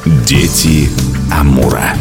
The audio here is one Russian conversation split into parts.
Дети Амура.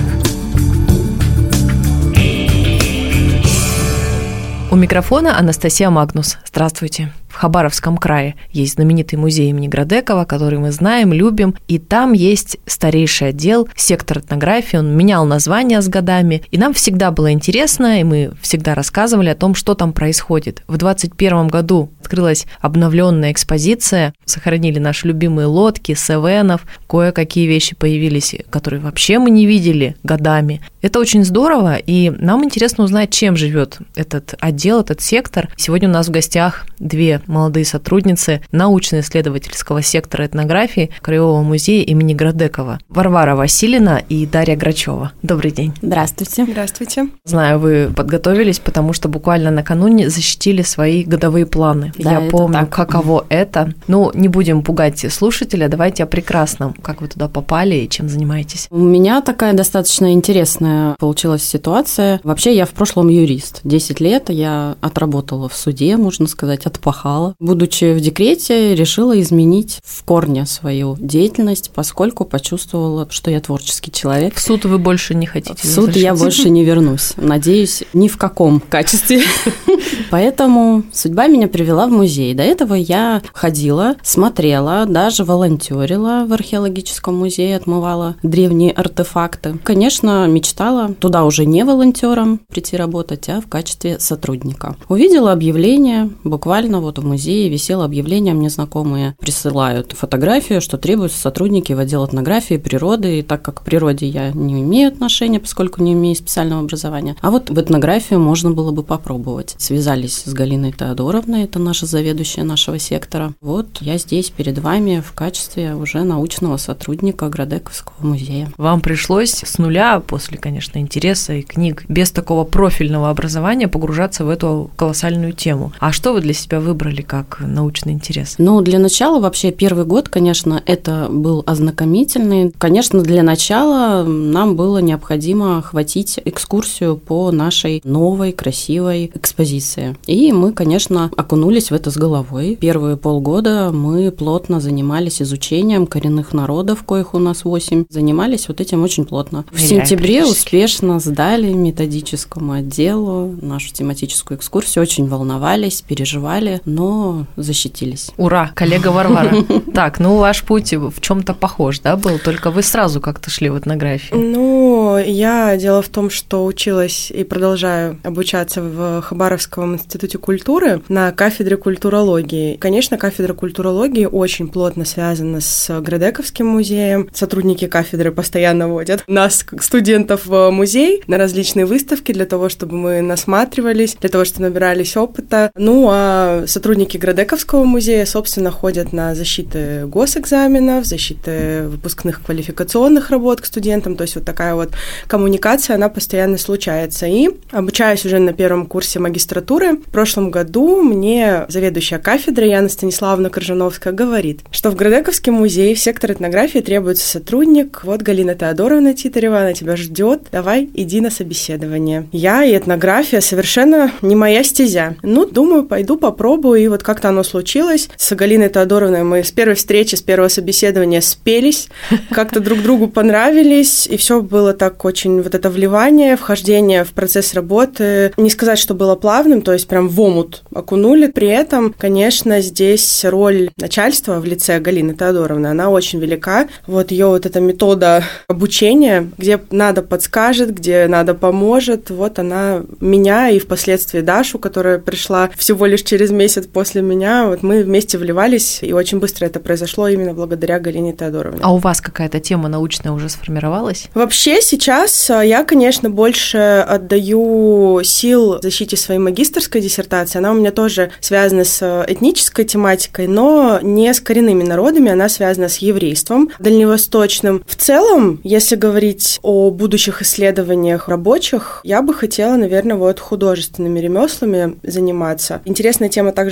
У микрофона Анастасия Магнус. Здравствуйте. В Хабаровском крае есть знаменитый музей имени Градекова, который мы знаем, любим, и там есть старейший отдел, сектор этнографии, он менял название с годами, и нам всегда было интересно, и мы всегда рассказывали о том, что там происходит. В 2021 году открылась обновленная экспозиция, сохранили наши любимые лодки, севенов, кое-какие вещи появились, которые вообще мы не видели годами. Это очень здорово, и нам интересно узнать, чем живет этот отдел, этот сектор. Сегодня у нас в гостях две молодые сотрудницы научно-исследовательского сектора этнографии Краевого музея имени Градекова. Варвара Василина и Дарья Грачева. Добрый день. Здравствуйте. Здравствуйте. Знаю, вы подготовились, потому что буквально накануне защитили свои годовые планы. Да, я помню, так. каково это. Ну, не будем пугать слушателя, давайте о прекрасном. Как вы туда попали и чем занимаетесь? У меня такая достаточно интересная получилась ситуация. Вообще, я в прошлом юрист. 10 лет я отработала в суде, можно сказать, отпахала. Будучи в декрете, решила изменить в корне свою деятельность, поскольку почувствовала, что я творческий человек. В суд вы больше не хотите? В суд я больше не вернусь. Надеюсь, ни в каком качестве. Поэтому судьба меня привела в музей. До этого я ходила, смотрела, даже волонтерила в археологическом музее, отмывала древние артефакты. Конечно, мечтала туда уже не волонтером прийти работать, а в качестве сотрудника. Увидела объявление, буквально вот в музее висело объявление, мне знакомые присылают фотографию, что требуются сотрудники в отдел этнографии, природы, и так как к природе я не имею отношения, поскольку не имею специального образования, а вот в этнографию можно было бы попробовать. Связались с Галиной Теодоровной, это наша заведующая нашего сектора. Вот я здесь перед вами в качестве уже научного сотрудника Градековского музея. Вам пришлось с нуля, после, конечно, интереса и книг, без такого профильного образования погружаться в эту колоссальную тему. А что вы для себя выбрали как научный интерес? Ну, для начала вообще первый год, конечно, это был ознакомительный. Конечно, для начала нам было необходимо охватить экскурсию по нашей новой красивой экспозиции. И мы, конечно, окунулись в это с головой. Первые полгода мы плотно занимались изучением коренных народов, коих у нас 8. Занимались вот этим очень плотно. В сентябре успешно сдали методическому отделу нашу тематическую экскурсию. Очень волновались, переживали, но защитились. Ура, коллега Варвара. Так, ну ваш путь в чем-то похож, да, был? Только вы сразу как-то шли в этнографию. Ну, дело в том, что училась и продолжаю обучаться в Хабаровском институте культуры на кафедре культурологии. Конечно, кафедра культурологии очень плотно связана с Градековским музеем. Сотрудники кафедры постоянно водят нас, как студентов, в музей на различные выставки для того, чтобы мы насматривались, для того, чтобы набирались опыта. Ну, а сотрудники Градековского музея, собственно, ходят на защиты госэкзаменов, защиты выпускных квалификационных работ к студентам, то есть вот такая вот коммуникация, она постоянно случается. И обучаюсь уже на первом курсе магистратуры. В прошлом году мне заведующая кафедрой Яна Станиславовна Коржановская говорит, что в Градековский музей в сектор этнографии требуется сотрудник. Вот Галина Теодоровна Титарева, она тебя ждет. Давай, иди на собеседование. Я и этнография совершенно не моя стезя. Ну, думаю, пойду попробую. И вот как-то оно случилось. С Галиной Теодоровной мы с первой встречи, с первого собеседования спелись, как-то друг другу понравились, и все было так очень, вот это вливание, вхождение в процесс работы. Не сказать, что было плавным, то есть прям в омут окунули. При этом, конечно, здесь роль начальства в лице Галины Теодоровны, она очень велика. Вот ее вот эта метода обучения, где надо подскажет, где надо поможет, вот она меня и впоследствии Дашу, которая пришла всего лишь через месяц после меня, вот мы вместе вливались, и очень быстро это произошло именно благодаря Галине Теодоровне. А у вас какая-то тема научная уже сформировалась? Вообще сейчас я, конечно, больше отдаю сил защите своей магистерской диссертации. Она у меня тоже связана с этнической тематикой, но не с коренными народами, она связана с еврейством дальневосточным. В целом, если говорить о будущих исследованиях рабочих, я бы хотела, наверное, вот художественными ремеслами заниматься. Интересная тема также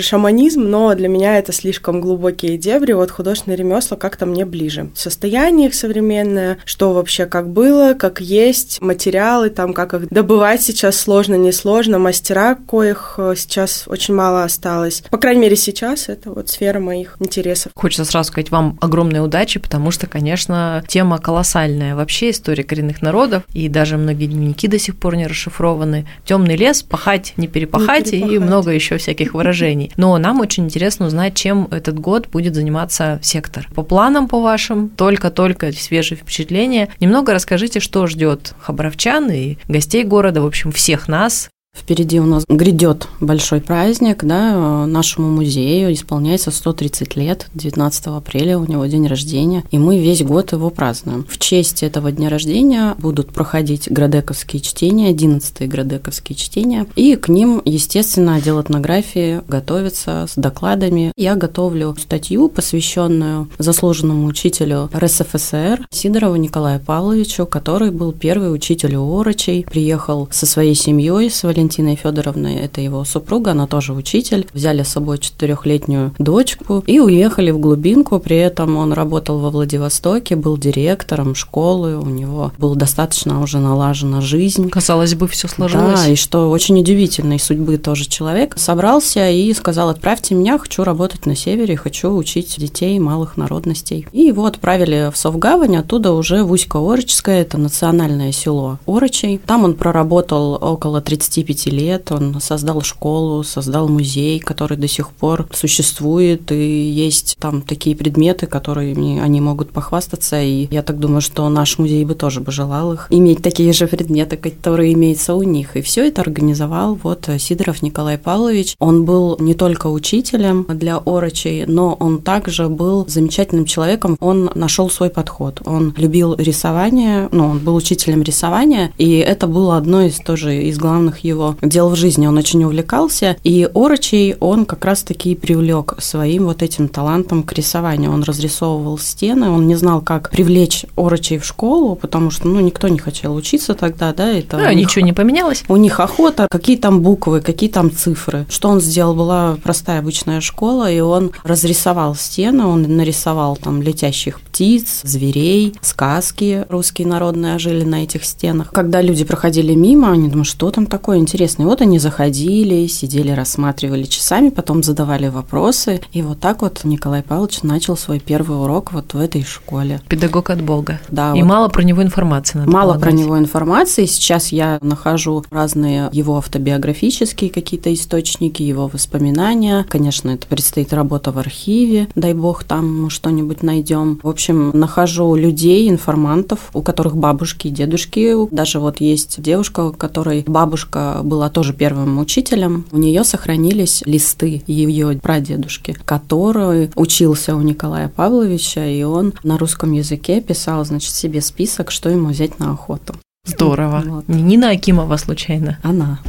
шаманизм, но для меня это слишком глубокие дебри. Вот художественные ремесла как-то мне ближе. Состояние их современное, что вообще как было, как есть, материалы, там, как их добывать сейчас сложно, несложно, мастера, коих сейчас очень мало осталось. По крайней мере, сейчас это вот сфера моих интересов. Хочется сразу сказать вам огромной удачи, потому что, конечно, тема колоссальная. Вообще история коренных народов, и даже многие дневники до сих пор не расшифрованы. Темный лес, пахать, не перепахать, и много еще всяких выражений. Но нам очень интересно узнать, чем этот год будет заниматься сектор. По планам, по вашим, только-только свежие впечатления. Немного расскажите, что ждет хабаровчан и гостей города, в общем, всех нас. Впереди у нас грядет большой праздник, да, нашему музею исполняется 130 лет, 19 апреля у него день рождения, и мы весь год его празднуем. В честь этого дня рождения будут проходить градековские чтения, 11-е градековские чтения, и к ним, естественно, отдел этнографии готовится с докладами. Я готовлю статью, посвященную заслуженному учителю РСФСР Сидорову Николаю Павловичу, который был первый учитель у орочей, приехал со своей семьей, с Валентиной Федоровной, это его супруга, она тоже учитель, взяли с собой 4-летнюю дочку и уехали в глубинку, при этом он работал во Владивостоке, был директором школы, у него была достаточно уже налажена жизнь. Казалось бы, все сложилось. Да, и что очень удивительной судьбы тоже человек, собрался и сказал: отправьте меня, хочу работать на севере, хочу учить детей малых народностей. И его отправили в Совгавань, оттуда уже в Усть-Орочское, это национальное село Орочей. Там он проработал около 35 лет, он создал школу, создал музей, который до сих пор существует, и есть там такие предметы, которыми они могут похвастаться, и я так думаю, что наш музей бы тоже бы желал их иметь такие же предметы, которые имеются у них. И все это организовал вот Сидоров Николай Павлович. Он был не только учителем для орочей, но он также был замечательным человеком, он нашел свой подход. Он любил рисование, он был учителем рисования, и это было одно из тоже из главных его дел в жизни. Он очень увлекался, и орочей он как раз-таки привлек своим вот этим талантом к рисованию. Он разрисовывал стены, он не знал, как привлечь орочей в школу, потому что, никто не хотел учиться тогда, да, это... ничего не поменялось. У них охота, какие там буквы, какие там цифры. Что он сделал? Была простая обычная школа, и он разрисовал стены, он нарисовал там летящих птиц, зверей, сказки русские народные жили на этих стенах. Когда люди проходили мимо, они думают, что там такое интересное. И вот они заходили, сидели, рассматривали часами, потом задавали вопросы. И вот так вот Николай Павлович начал свой первый урок вот в этой школе. Педагог от Бога. Да. И вот мало про него информации. Мало про него информации. Сейчас я нахожу разные его автобиографические какие-то источники, его воспоминания. Конечно, это предстоит работа в архиве. Дай бог, там мы что-нибудь найдем. В общем, нахожу людей, информантов, у которых бабушки и дедушки. Даже вот есть девушка, у которой бабушка была тоже первым учителем. У нее сохранились листы ее прадедушки, который учился у Николая Павловича, и он на русском языке писал, себе список, что ему взять на охоту. Здорово. Вот. Не Нина Акимова случайно? Она.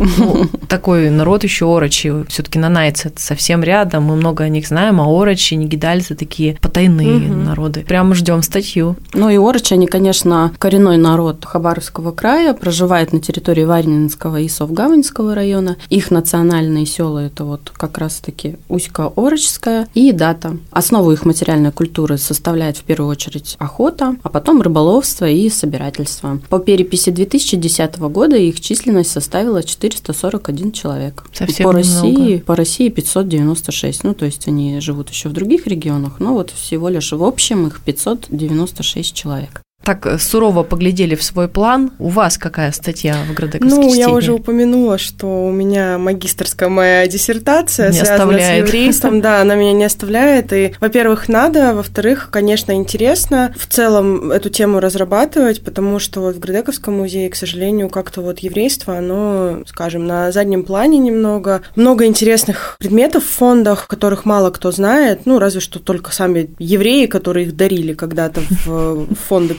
Такой народ еще орочи. Все-таки нанайцы это совсем рядом. Мы много о них знаем, а орочи, нигидальцы такие потайные народы. Прямо ждем статью. И орочи, они, конечно, коренной народ Хабаровского края, проживает на территории Варнинского и Совгаваньского района. Их национальные села это вот как раз-таки Усть-Орочская и Дата. Основу их материальной культуры составляет в первую очередь охота, а потом рыболовство и собирательство. По переписи 2010 года их численность составила 441 человек. Совсем по России 596. То есть они живут еще в других регионах, но вот всего лишь в общем их 596 человек. Так сурово поглядели в свой план. У вас какая статья в градековских чтениях? Я уже упомянула, что у меня магистерская моя диссертация связана с еврейством. Да, она меня не оставляет. И, во-первых, надо, во-вторых, конечно, интересно в целом эту тему разрабатывать, потому что вот в Градековском музее, к сожалению, как-то вот еврейство, оно, скажем, на заднем плане немного. Много интересных предметов в фондах, которых мало кто знает, разве что только сами евреи, которые их дарили когда-то в фонды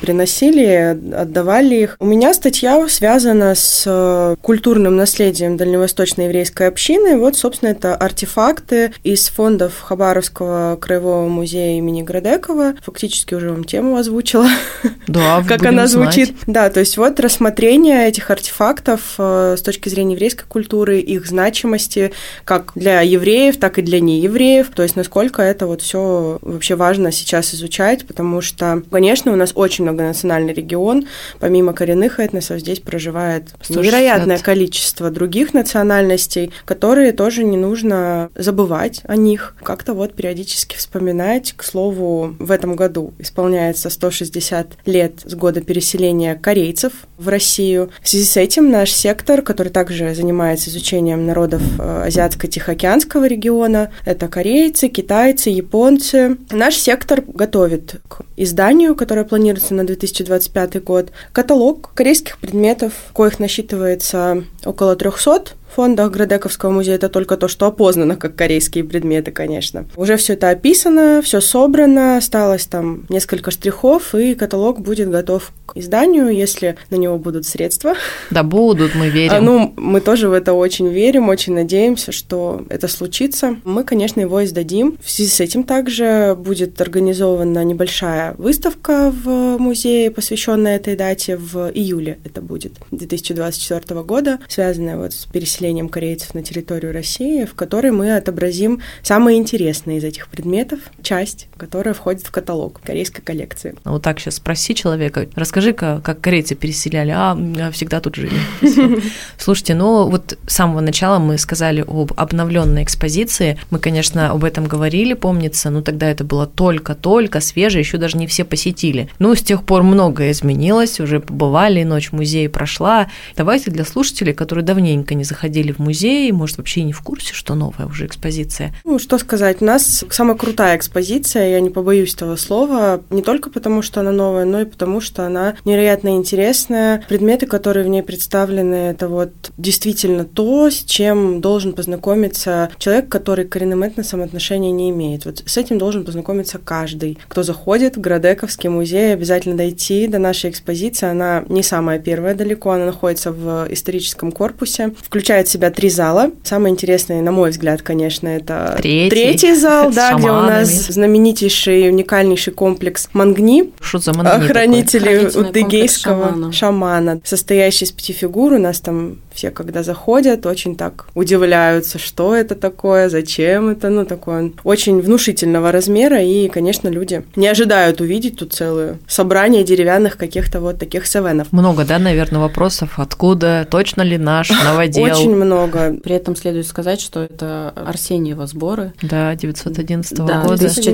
приносили, отдавали их. У меня статья связана с культурным наследием дальневосточной еврейской общины. Вот, собственно, это артефакты из фондов Хабаровского краевого музея имени Градекова. Фактически уже вам тему озвучила, да, как она звучит. Да, то есть вот рассмотрение этих артефактов с точки зрения еврейской культуры, их значимости как для евреев, так и для неевреев. То есть насколько это вот все вообще важно сейчас изучать, потому что, конечно, у нас очень многонациональный регион. Помимо коренных этносов здесь проживает 160. Невероятное количество других национальностей, которые тоже не нужно забывать о них. Как-то вот периодически вспоминать. К слову, в этом году исполняется 160 лет с года переселения корейцев в Россию. В связи с этим наш сектор, который также занимается изучением народов Азиатско-Тихоокеанского региона, это корейцы, китайцы, японцы. Наш сектор готовит к изданию, которое планируется на 2025 год, каталог корейских предметов, коих насчитывается около 300. В фондах Градековского музея это только то, что опознано как корейские предметы, конечно. Уже все это описано, все собрано, осталось там несколько штрихов, и каталог будет готов к изданию, если на него будут средства. Да будут, мы верим. Мы тоже в это очень верим, очень надеемся, что это случится. Мы, конечно, его издадим. В связи с этим также будет организована небольшая выставка в музее, посвященная этой дате, в июле это будет 2024 года, связанная вот с переселением корейцев на территорию России, в которой мы отобразим самые интересные из этих предметов, часть, которая входит в каталог корейской коллекции. Вот так сейчас спроси человека, расскажи-ка, как корейцы переселяли, всегда тут жили. Слушайте, вот с самого начала мы сказали об обновленной экспозиции, мы, конечно, об этом говорили, помнится, но тогда это было только-только свежее, еще даже не все посетили. С тех пор многое изменилось, уже побывали, ночь в музее прошла. Давайте для слушателей, которые давненько не заходили в музей, может, вообще и не в курсе, что новая уже экспозиция. Что сказать, у нас самая крутая экспозиция, я не побоюсь этого слова, не только потому, что она новая, но и потому, что она невероятно интересная. Предметы, которые в ней представлены, это вот действительно то, с чем должен познакомиться человек, который к коренным этносам отношения не имеет. Вот с этим должен познакомиться каждый. Кто заходит в Градековский музей, обязательно дойти до нашей экспозиции. Она не самая первая далеко, она находится в историческом корпусе, включает в себя 3 зала. Самый интересный, на мой взгляд, конечно, это третий зал, да, где у нас знаменитейший, уникальнейший комплекс Мангни. Что за Мангни? Хранители удыгейского шамана, состоящий из 5 фигур. У нас там все, когда заходят, очень так удивляются, что это такое, зачем это, такое очень внушительного размера, и, конечно, люди не ожидают увидеть тут целое собрание деревянных каких-то вот таких севенов. Много, да, наверное, вопросов, откуда, точно ли наш новодел? Очень много. При этом следует сказать, что это Арсеньева сборы. Да, 911 года. Да,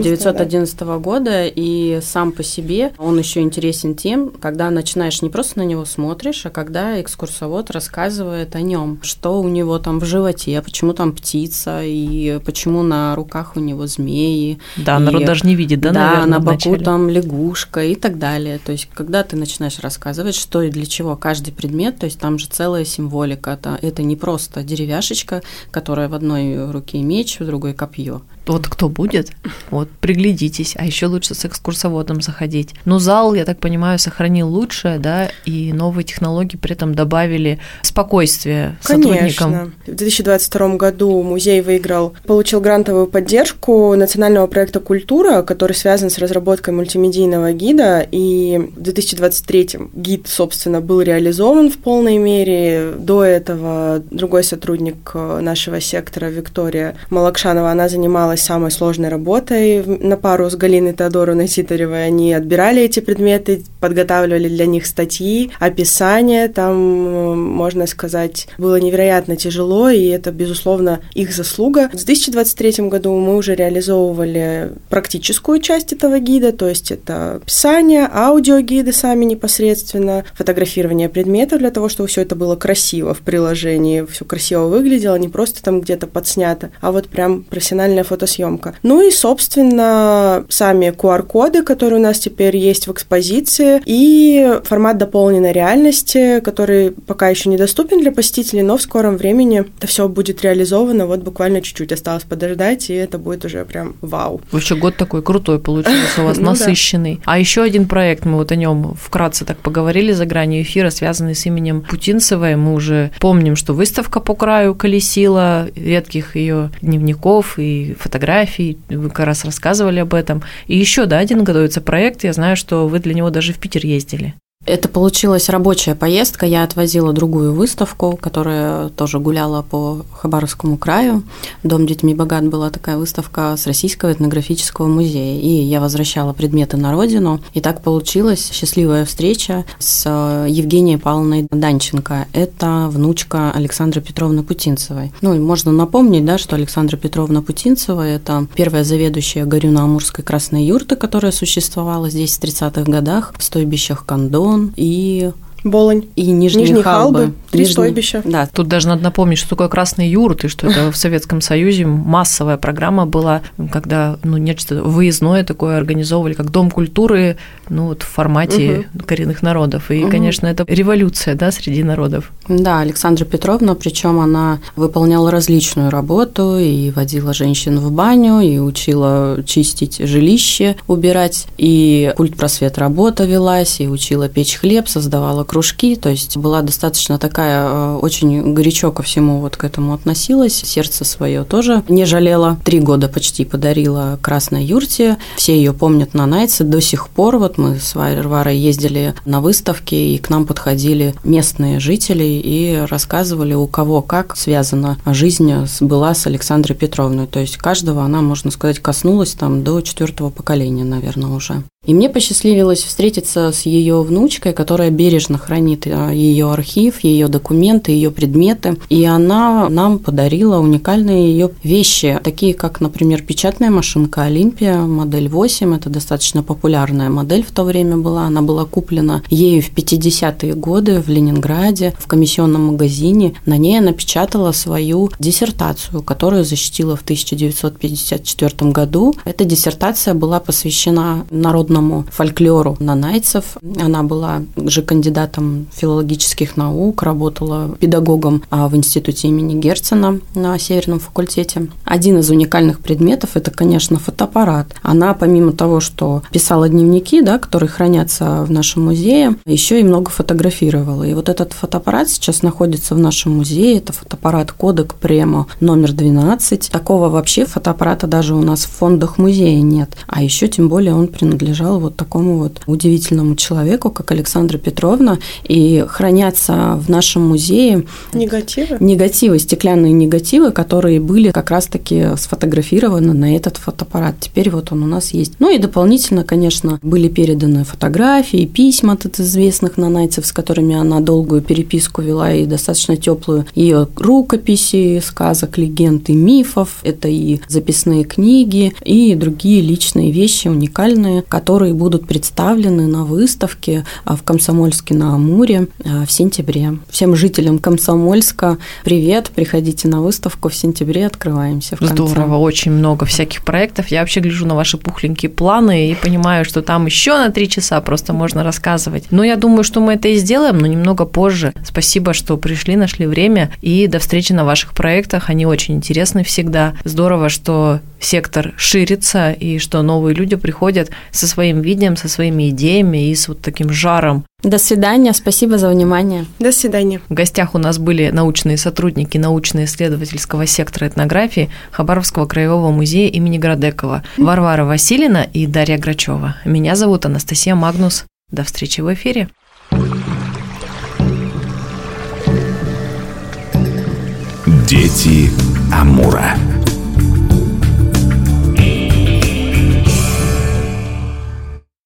1911 года, и сам по себе он еще интересен тем, когда начинаешь не просто на него смотришь, а когда экскурсовод рассказывает о нем, что у него там в животе, почему там птица, и почему на руках у него змеи. Да, народ даже не видит, да, наверное, на боку вначале. Там лягушка и так далее. То есть, когда ты начинаешь рассказывать, что и для чего каждый предмет, то есть там же целая символика. Это не просто деревяшечка, которая в одной руке меч, в другой копье. Вот кто будет, приглядитесь, а еще лучше с экскурсоводом заходить. Зал, я так понимаю, сохранил лучшее, да, и новые технологии при этом добавили спокойствие сотрудникам. Конечно. В 2022 году музей получил грантовую поддержку национального проекта «Культура», который связан с разработкой мультимедийного гида, и в 2023 гид, собственно, был реализован в полной мере. До этого другой сотрудник нашего сектора, Виктория Малакшанова, она занималась самой сложной работой на пару с Галиной Теодоровной Титаревой. Они отбирали эти предметы, подготавливали для них статьи, описания. Там, можно сказать, было невероятно тяжело, и это, безусловно, их заслуга. В 2023 году мы уже реализовывали практическую часть этого гида, то есть это описание, аудиогиды сами непосредственно, фотографирование предметов для того, чтобы все это было красиво в приложении, все красиво выглядело, не просто там где-то подснято, а вот прям профессиональная фотосъемка фотосъемка. Ну и, собственно, сами QR-коды, которые у нас теперь есть в экспозиции, и формат дополненной реальности, который пока еще недоступен для посетителей, но в скором времени это все будет реализовано. Вот буквально чуть-чуть осталось подождать, и это будет уже прям вау. Вообще год такой крутой получился у вас, насыщенный. А еще один проект, мы вот о нем вкратце так поговорили за гранью эфира, связанный с именем Путинцевой. Мы уже помним, что выставка по краю колесила, редких ее дневников и фотографий, вы как раз рассказывали об этом. И еще, да, один готовится проект, я знаю, что вы для него даже в Питер ездили. Это получилась рабочая поездка. Я отвозила другую выставку, которая тоже гуляла по Хабаровскому краю. «Дом детьми богат» была такая выставка с Российского этнографического музея. И я возвращала предметы на родину. И так получилась счастливая встреча с Евгенией Павловной Данченко. Это внучка Александры Петровны Путинцевой. Ну, и можно напомнить, да, что Александра Петровна Путинцева – это первая заведующая Горюно-Амурской красной юрты, которая существовала здесь в 30-х годах, в стойбищах Кандон, и Болонь. И Нижние Халбы. 3 стойбища. Да. Тут даже надо напомнить, что такое красные юрты, что это в Советском Союзе массовая программа была, когда нечто выездное такое организовывали, как Дом культуры, вот в формате коренных народов. И, конечно, это революция, да, среди народов. Да, Александра Петровна, причем она выполняла различную работу и водила женщин в баню, и учила чистить жилище, убирать, и культпросвет-работа велась, и учила печь хлеб, создавала кружки, то есть была достаточно такая, очень горячо ко всему вот к этому относилась, сердце свое тоже не жалела. 3 года почти подарила Красной юрте, все ее помнят на Найтсе до сих пор. Вот мы с Варварой ездили на выставки, и к нам подходили местные жители и рассказывали, у кого как связана жизнь была с Александрой Петровной. То есть каждого она, можно сказать, коснулась там до 4-го поколения, наверное, уже. И мне посчастливилось встретиться с ее внучкой, которая бережно хранит ее архив, ее документы, ее предметы. И она нам подарила уникальные ее вещи, такие как, например, печатная машинка Олимпия, модель 8. Это достаточно популярная модель в то время была. Она была куплена ею в 50-е годы в Ленинграде, в комиссионном магазине. На ней она печатала свою диссертацию, которую защитила в 1954 году. Эта диссертация была посвящена народному фольклору нанайцев. Она была же кандидатом филологических наук, работала педагогом в институте имени Герцена на Северном факультете. Один из уникальных предметов – это, конечно, фотоаппарат. Она, помимо того, что писала дневники, да, которые хранятся в нашем музее, еще и много фотографировала. И вот этот фотоаппарат сейчас находится в нашем музее. Это фотоаппарат Kodak Premo номер 12. Такого вообще фотоаппарата даже у нас в фондах музея нет. А еще тем более он принадлежал вот такому вот удивительному человеку, как Александра Петровна, и хранятся в нашем музее негативы, стеклянные негативы, которые были как раз-таки сфотографированы на этот фотоаппарат. Теперь вот он у нас есть. Ну и дополнительно, конечно, были переданы фотографии, письма от известных нанайцев, с которыми она долгую переписку вела, и достаточно теплую, ее рукописи, сказок, легенд и мифов. Это и записные книги, и другие личные вещи уникальные, которые будут представлены на выставке в Комсомольске-на-Амуре в сентябре. Всем жителям Комсомольска привет, приходите на выставку, в сентябре открываемся. Здорово, очень много всяких проектов. Я вообще гляжу на ваши пухленькие планы и понимаю, что там еще на 3 часа просто можно рассказывать. Но я думаю, что мы это и сделаем, но немного позже. Спасибо, что пришли, нашли время, и до встречи на ваших проектах. Они очень интересны всегда. Здорово, что сектор ширится и что новые люди приходят со своим видением, со своими идеями и с вот таким жаром. До свидания, спасибо за внимание. До свидания. В гостях у нас были научные сотрудники научно-исследовательского сектора этнографии Хабаровского краевого музея имени Градекова Варвара Василина и Дарья Грачева. Меня зовут Анастасия Магнус. До встречи в эфире. Дети Амура.